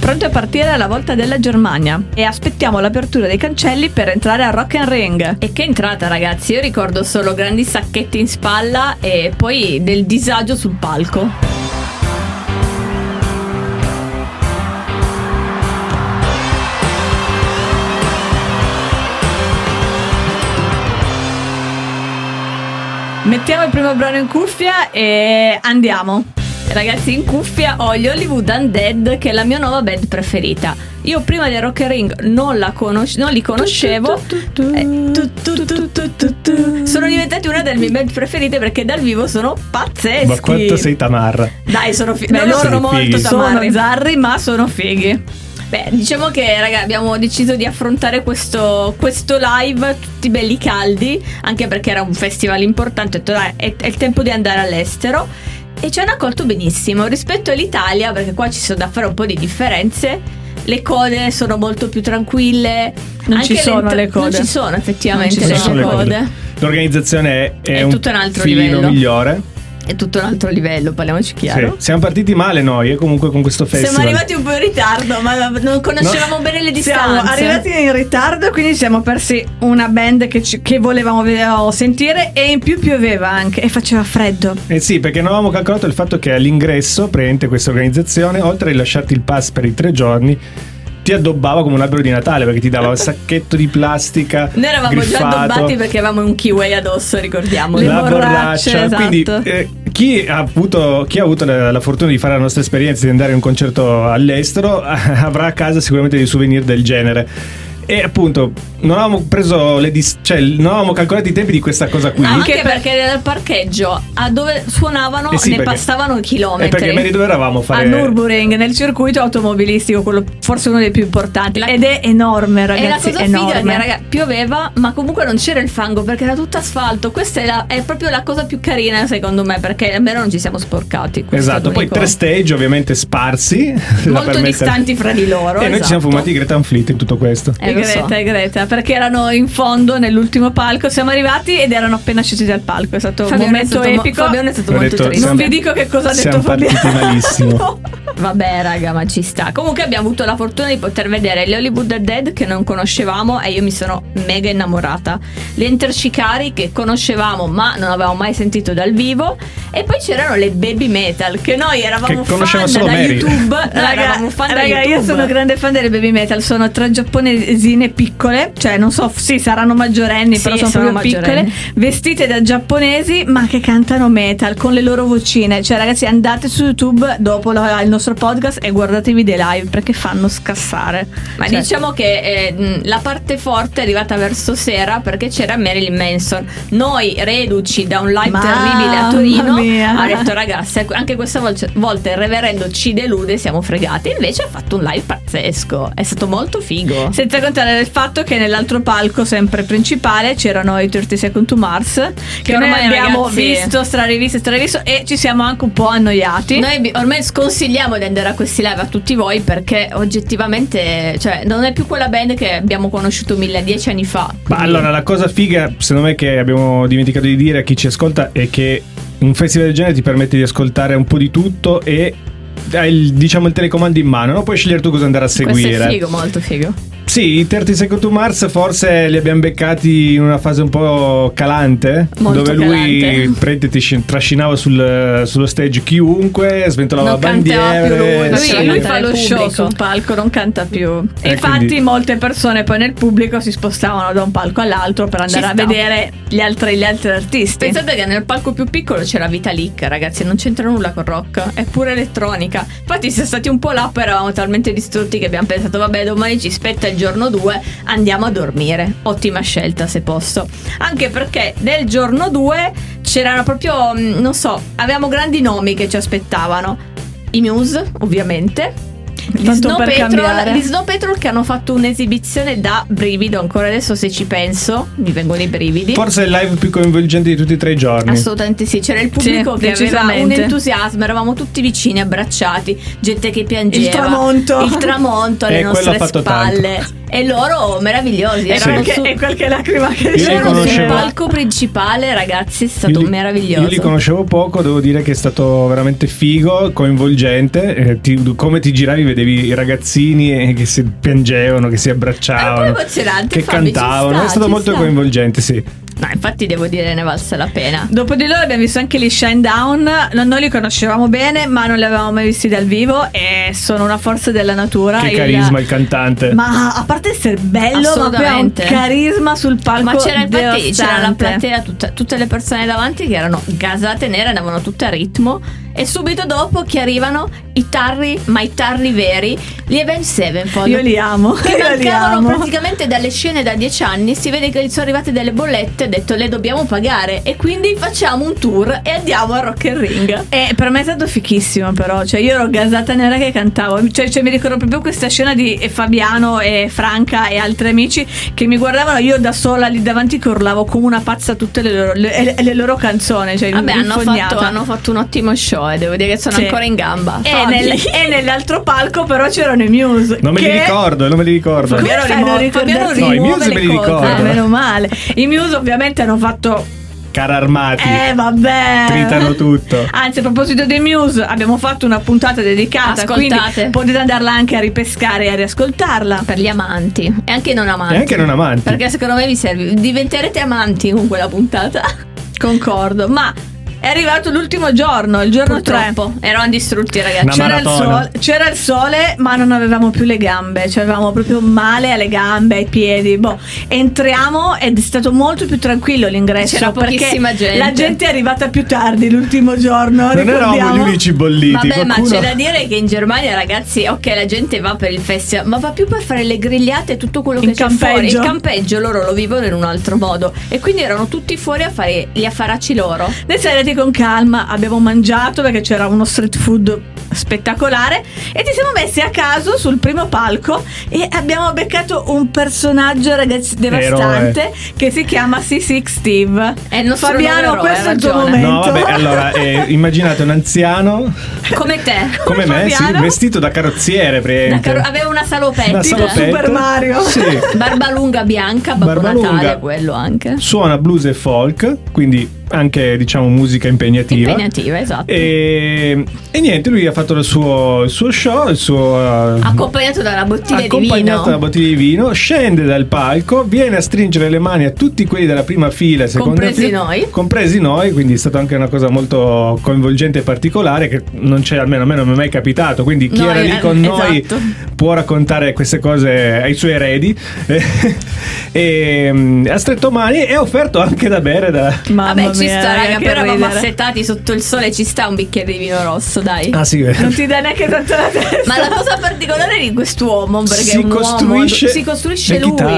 pronto a partire alla volta della Germania e aspettiamo l'apertura dei cancelli per entrare al Rock and Ring. E che entrata, ragazzi, io ricordo solo grandi sacchetti in spalla e poi del disagio sul palco. Mettiamo il primo brano in cuffia e andiamo. Ragazzi, in cuffia ho gli Hollywood Undead, che è la mia nuova band preferita. Io prima del Rock and Ring non li conoscevo. Sono diventati una delle mie band preferite perché dal vivo sono pazzeschi. Ma quanto sei tamarra. Dai, sono loro sono molto tamarri. Sono zarri, ma sono fighi. Beh, diciamo che, raga, abbiamo deciso di affrontare questo live tutti belli caldi, anche perché era un festival importante. Ho detto, dai, è il tempo di andare all'estero. E ci hanno accolto benissimo rispetto all'Italia, perché qua ci sono da fare un po' di differenze. Le code sono molto più tranquille. Non ci sono le code. Non ci sono effettivamente Non ci sono le code. L'organizzazione è tutto un altro filino livello. Migliore. È tutto un altro livello, parliamoci chiaro. Sì. Siamo partiti male noi, comunque, con questo festival. Siamo arrivati un po' in ritardo, ma non conoscevamo bene le distanze. Siamo arrivati in ritardo, quindi siamo persi una band che volevamo sentire, e in più pioveva anche e faceva freddo. Eh sì, perché non avevamo calcolato il fatto che all'ingresso, praticamente, questa organizzazione, oltre a rilasciarti il pass per i 3 giorni, ti addobbava come un albero di Natale, perché ti dava un sacchetto di plastica. Noi eravamo griffato, già addobbati perché avevamo un kiwi addosso, ricordiamo. Le la borracce, esatto. Quindi chi ha avuto la fortuna di fare la nostra esperienza di andare a un concerto all'estero avrà a casa sicuramente dei souvenir del genere. E appunto non avevamo preso non avevamo calcolato i tempi di questa cosa qui. Anche perché dal parcheggio a dove suonavano passavano chilometri. E perché vedi dove eravamo a fare a Nürburgring, nel circuito automobilistico, quello forse uno dei più importanti, ed è enorme, ragazzi. E la cosa enorme. figa è che, raga, pioveva, ma comunque non c'era il fango perché era tutto asfalto. Questa è proprio la cosa più carina, secondo me, perché almeno non ci siamo sporcati. Esatto. Poi 3 stage ovviamente sparsi, molto distanti fra di loro. E noi ci siamo fumati Greta Van Fleet in tutto questo. Greta, perché erano in fondo nell'ultimo palco. Siamo arrivati ed erano appena scesi dal palco. È stato un momento epico. Fabiano è stato molto triste. Non vi dico che cosa ha detto Fabiano. Siamo partiti malissimo. No. Vabbè, raga, ma ci sta. Comunque abbiamo avuto la fortuna di poter vedere gli Hollywood Dead, che non conoscevamo, e io mi sono mega innamorata. Le Enter Shikari, che conoscevamo ma non avevamo mai sentito dal vivo. E poi c'erano le Baby Metal, che noi eravamo fan da YouTube. Raga, io sono grande fan delle Baby Metal. Sono 3 giapponesine piccole, cioè non so, sì, saranno maggiorenni, però sono proprio piccole, vestite da giapponesi, ma che cantano metal con le loro vocine. Cioè, ragazzi, andate su YouTube dopo il nostro podcast e guardatevi dei live, perché fanno scassare. Ma diciamo che la parte forte è arrivata verso sera, perché c'era Marilyn Manson. Noi reduci da un live terribile a Torino, ha detto, ragazzi, anche questa volta il reverendo ci delude, siamo fregati. Invece ha fatto un live pazzesco, è stato molto figo. Senza contare il fatto che nell'altro palco, sempre principale, c'erano i 30 Seconds to Mars, che ormai abbiamo visto, strarivisto, e ci siamo anche un po' annoiati. Noi ormai sconsigliamo di andare a questi live a tutti voi, perché oggettivamente, cioè, non è più quella band che abbiamo conosciuto 10 anni fa. Ma allora, la cosa figa, secondo me, che abbiamo dimenticato di dire a chi ci ascolta, è che un festival del genere ti permette di ascoltare un po' di tutto e hai il telecomando in mano, no? Puoi scegliere tu cosa andare a seguire. Questo è figo, molto figo. Sì, i 30 Seconds to Mars forse li abbiamo beccati in una fase un po' calante, molto dove lui trascinava sullo stage chiunque, sventolava non bandiere. Lui fa lo show sul palco, non canta più. E infatti molte persone poi nel pubblico si spostavano da un palco all'altro per andare a vedere gli altri artisti. Pensate che nel palco più piccolo c'era Vitalik, ragazzi, non c'entra nulla con rock, è pure elettronica. Infatti siamo stati un po' là, però eravamo talmente distrutti che abbiamo pensato, vabbè, domani ci spetta il giorno 2, andiamo a dormire. Ottima scelta, se posso, anche perché nel giorno 2 c'erano proprio, non so, avevamo grandi nomi che ci aspettavano. I Muse, ovviamente, gli Snow Patrol, che hanno fatto un'esibizione da brivido. Ancora adesso, se ci penso, mi vengono i brividi. Forse è il live più coinvolgente di tutti e 3 i giorni. Assolutamente sì. C'era il pubblico che aveva un entusiasmo, eravamo tutti vicini, abbracciati, gente che piangeva, il tramonto alle nostre spalle. Tanto. E loro meravigliosi. E qualche lacrima che erano sul palco principale, ragazzi, è stato meraviglioso. Io li conoscevo poco, devo dire che è stato veramente figo, coinvolgente. Come ti giravi vedevi i ragazzini che si piangevano, che si abbracciavano, che cantavano. È stato molto coinvolgente, sì. No, infatti devo dire ne valse la pena. Dopo di loro abbiamo visto anche gli Shinedown. Noi li conoscevamo bene, ma non li avevamo mai visti dal vivo e sono una forza della natura. Che carisma il cantante. Ma a parte essere bello, ma poi ha un carisma sul palco. Ma c'era la platea, tutte le persone davanti che erano gasate nere, andavano tutte a ritmo. E subito dopo che arrivano i tarri, ma i tarri veri, gli Avenged Sevenfold. Io li amo. Che mancavano praticamente dalle scene da 10 anni. Si vede che gli sono arrivate delle bollette, ha detto le dobbiamo pagare e quindi facciamo un tour e andiamo a Rock al Ring. E per me è stato fichissimo, però, cioè io ero gasata nera che cantavo, cioè mi ricordo proprio questa scena di Fabiano e Franca e altri amici che mi guardavano, io da sola lì davanti che urlavo come una pazza tutte le loro canzoni, cioè vabbè, hanno fatto un ottimo show. Devo dire che sono ancora in gamba. E nell'altro palco però c'erano i Muse. Non me li ricordo. Fabiano i Muse me li ricordo. Meno male. I Muse ovviamente hanno fatto carri armati. Vabbè. Tritano tutto. Anzi, a proposito dei Muse, abbiamo fatto una puntata dedicata. Quindi potete andarla anche a ripescare e a riascoltarla. Per gli amanti. E anche non amanti. Perché secondo me vi serve. Diventerete amanti con quella puntata. Concordo. Ma è arrivato l'ultimo giorno, il giorno purtroppo 3. Erano distrutti, ragazzi. C'era il sole, ma non avevamo più le gambe. Cioè avevamo proprio male alle gambe, ai piedi. Entriamo ed è stato molto più tranquillo l'ingresso. C'era pochissima gente. La gente è arrivata più tardi l'ultimo giorno. Non eravamo gli unici bolliti. Vabbè, ma c'è da dire che in Germania, ragazzi, ok, la gente va per il festival, ma va più per fare le grigliate e tutto quello che c'è fuori. Il campeggio loro lo vivono in un altro modo. E quindi erano tutti fuori a fare gli affaracci loro. Noi siamo andati con calma, abbiamo mangiato perché c'era uno street food spettacolare e ci siamo messi a caso sul primo palco e abbiamo beccato un personaggio, ragazzi, devastante che si chiama C6 Steve. È il nostro Fabiano, questo è il tuo momento. No, vabbè, allora immaginate un anziano come te, come me, sì, vestito da carrozziere, aveva una salopetta Super Mario, sì. Barba lunga bianca, Babbo Natale, quello anche. Suona blues e folk, quindi anche diciamo musica impegnativa, esatto. E niente, lui ha fatto il suo show, accompagnato da una bottiglia di vino, scende dal palco, viene a stringere le mani a tutti quelli della prima fila, compresi noi, quindi è stata anche una cosa molto coinvolgente e particolare che non c'è, almeno a me non mi è mai capitato, quindi chi era lì con noi può raccontare queste cose ai suoi eredi. E ha stretto mani e ha offerto anche da bere Vabbè, ci sta, raga, però eravamo assetati sotto il sole, ci sta un bicchiere di vino rosso, dai. Ah sì, non ti dà neanche tanto la testa. Ma la cosa particolare di quest'uomo, perché si costruisce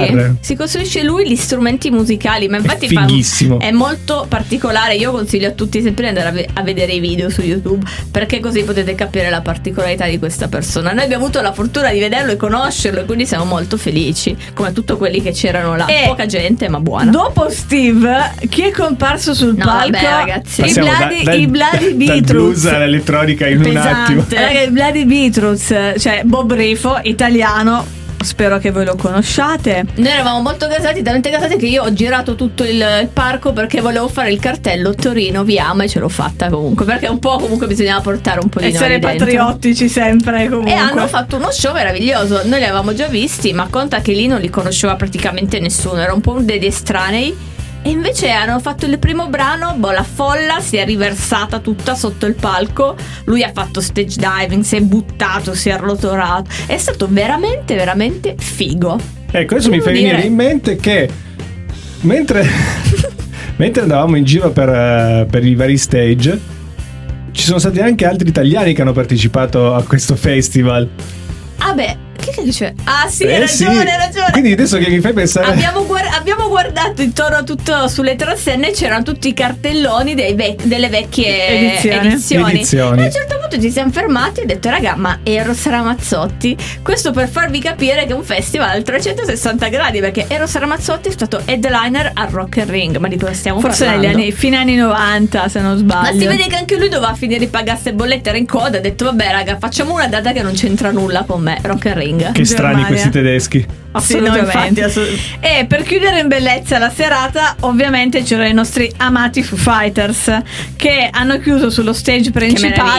lui gli strumenti musicali, ma infatti è molto particolare. Io consiglio a tutti sempre di andare a vedere i video su YouTube, perché così potete capire la particolarità di questa persona. Noi abbiamo avuto la fortuna di vederlo e conoscerlo e quindi siamo molto felici, come tutti quelli che c'erano là. Poca gente, ma buona. Dopo Steve, chi è comparso sul palco? Vabbè, ragazzi, i Bloody Beetroots. Dal blues all'elettronica in un attimo. Raga, i Bloody Beetroots, cioè Bob Rifo, italiano. Spero che voi lo conosciate. Noi eravamo molto gasati, talmente gasati che io ho girato tutto il parco perché volevo fare il cartello Torino vi ama, e ce l'ho fatta comunque, perché un po' comunque bisognava portare un po' di essere patriottici sempre comunque. E hanno fatto uno show meraviglioso. Noi li avevamo già visti, ma conta che lì non li conosceva praticamente nessuno, era un po' degli estranei. E invece hanno fatto il primo brano, la folla si è riversata tutta sotto il palco. Lui ha fatto stage diving, si è buttato, si è arrotolato. È stato veramente, veramente figo. Ecco, adesso mi fa venire in mente che mentre andavamo in giro per i vari stage, ci sono stati anche altri italiani che hanno partecipato a questo festival. Che c'è? Ah sì, hai ragione. Quindi adesso che mi fai pensare, abbiamo guardato intorno tutto sulle transenne, c'erano tutti i cartelloni delle vecchie edizioni. E a un certo punto ci siamo fermati e ho detto raga, ma Eros Ramazzotti, questo per farvi capire che è un festival a 360 gradi, perché Eros Ramazzotti è stato headliner al Rock al Ring. Ma di cosa stiamo parlando? Forse negli fine anni 90, se non sbaglio. Ma si vede che anche lui doveva finire di pagare ste bollette, era in coda, ha detto vabbè raga, facciamo una data che non c'entra nulla con me, Rock al Ring. Che strani questi tedeschi. Assolutamente. E per chiudere in bellezza la serata, ovviamente c'erano i nostri amati Foo Fighters, che hanno chiuso sullo stage principale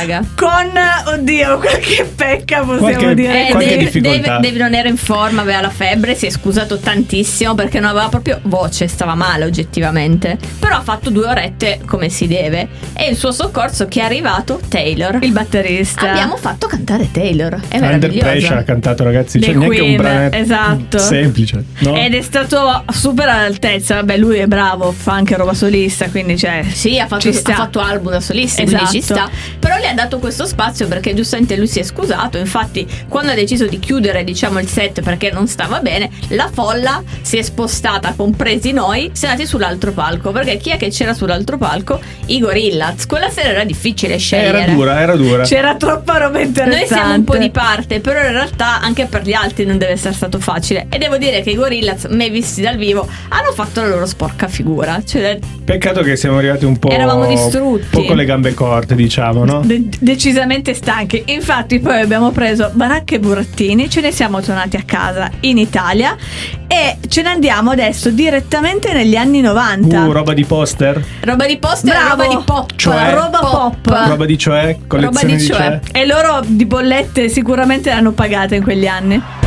raga. Con, oddio, qualche pecca possiamo dire. qualche difficoltà. Dave non era in forma, aveva la febbre, si è scusato tantissimo perché non aveva proprio voce, stava male oggettivamente. Però ha fatto 2 orette come si deve. E il suo soccorso che è arrivato, Taylor, il batterista. Abbiamo fatto cantare Taylor. È Under meraviglioso. Pressure ha cantato, ragazzi. C'è neanche un brano esatto. semplice, no? Ed è stato super all'altezza. Vabbè, lui è bravo, fa anche roba solista, quindi sì, ha fatto album da solista, esatto. quindi ci sta. Però le ha dato questo spazio perché giustamente lui si è scusato. Infatti, quando ha deciso di chiudere, diciamo, il set perché non stava bene, la folla si è spostata, compresi noi, si è andati sull'altro palco. Perché chi è che c'era sull'altro palco? I Gorillaz. Quella sera era difficile scegliere. Era dura. C'era troppa roba interessante. Noi siamo un po' di parte, però in realtà anche per gli altri non deve essere stato facile. E devo dire che i Gorillaz, mai visti dal vivo, hanno fatto la loro sporca figura. Cioè, peccato che siamo arrivati un po'. Eravamo distrutti. Un po' con le gambe corte, diciamo, no? Decisamente stanchi. Infatti, poi abbiamo preso baracche e burattini, ce ne siamo tornati a casa in Italia e ce ne andiamo adesso direttamente negli anni 90. Roba di poster? Roba di poster, bravo. roba di pop. Cioè? Roba pop. Roba di cioè? Collezione Roba di di cioè. E loro di bollette sicuramente l'hanno pagata in quegli anni.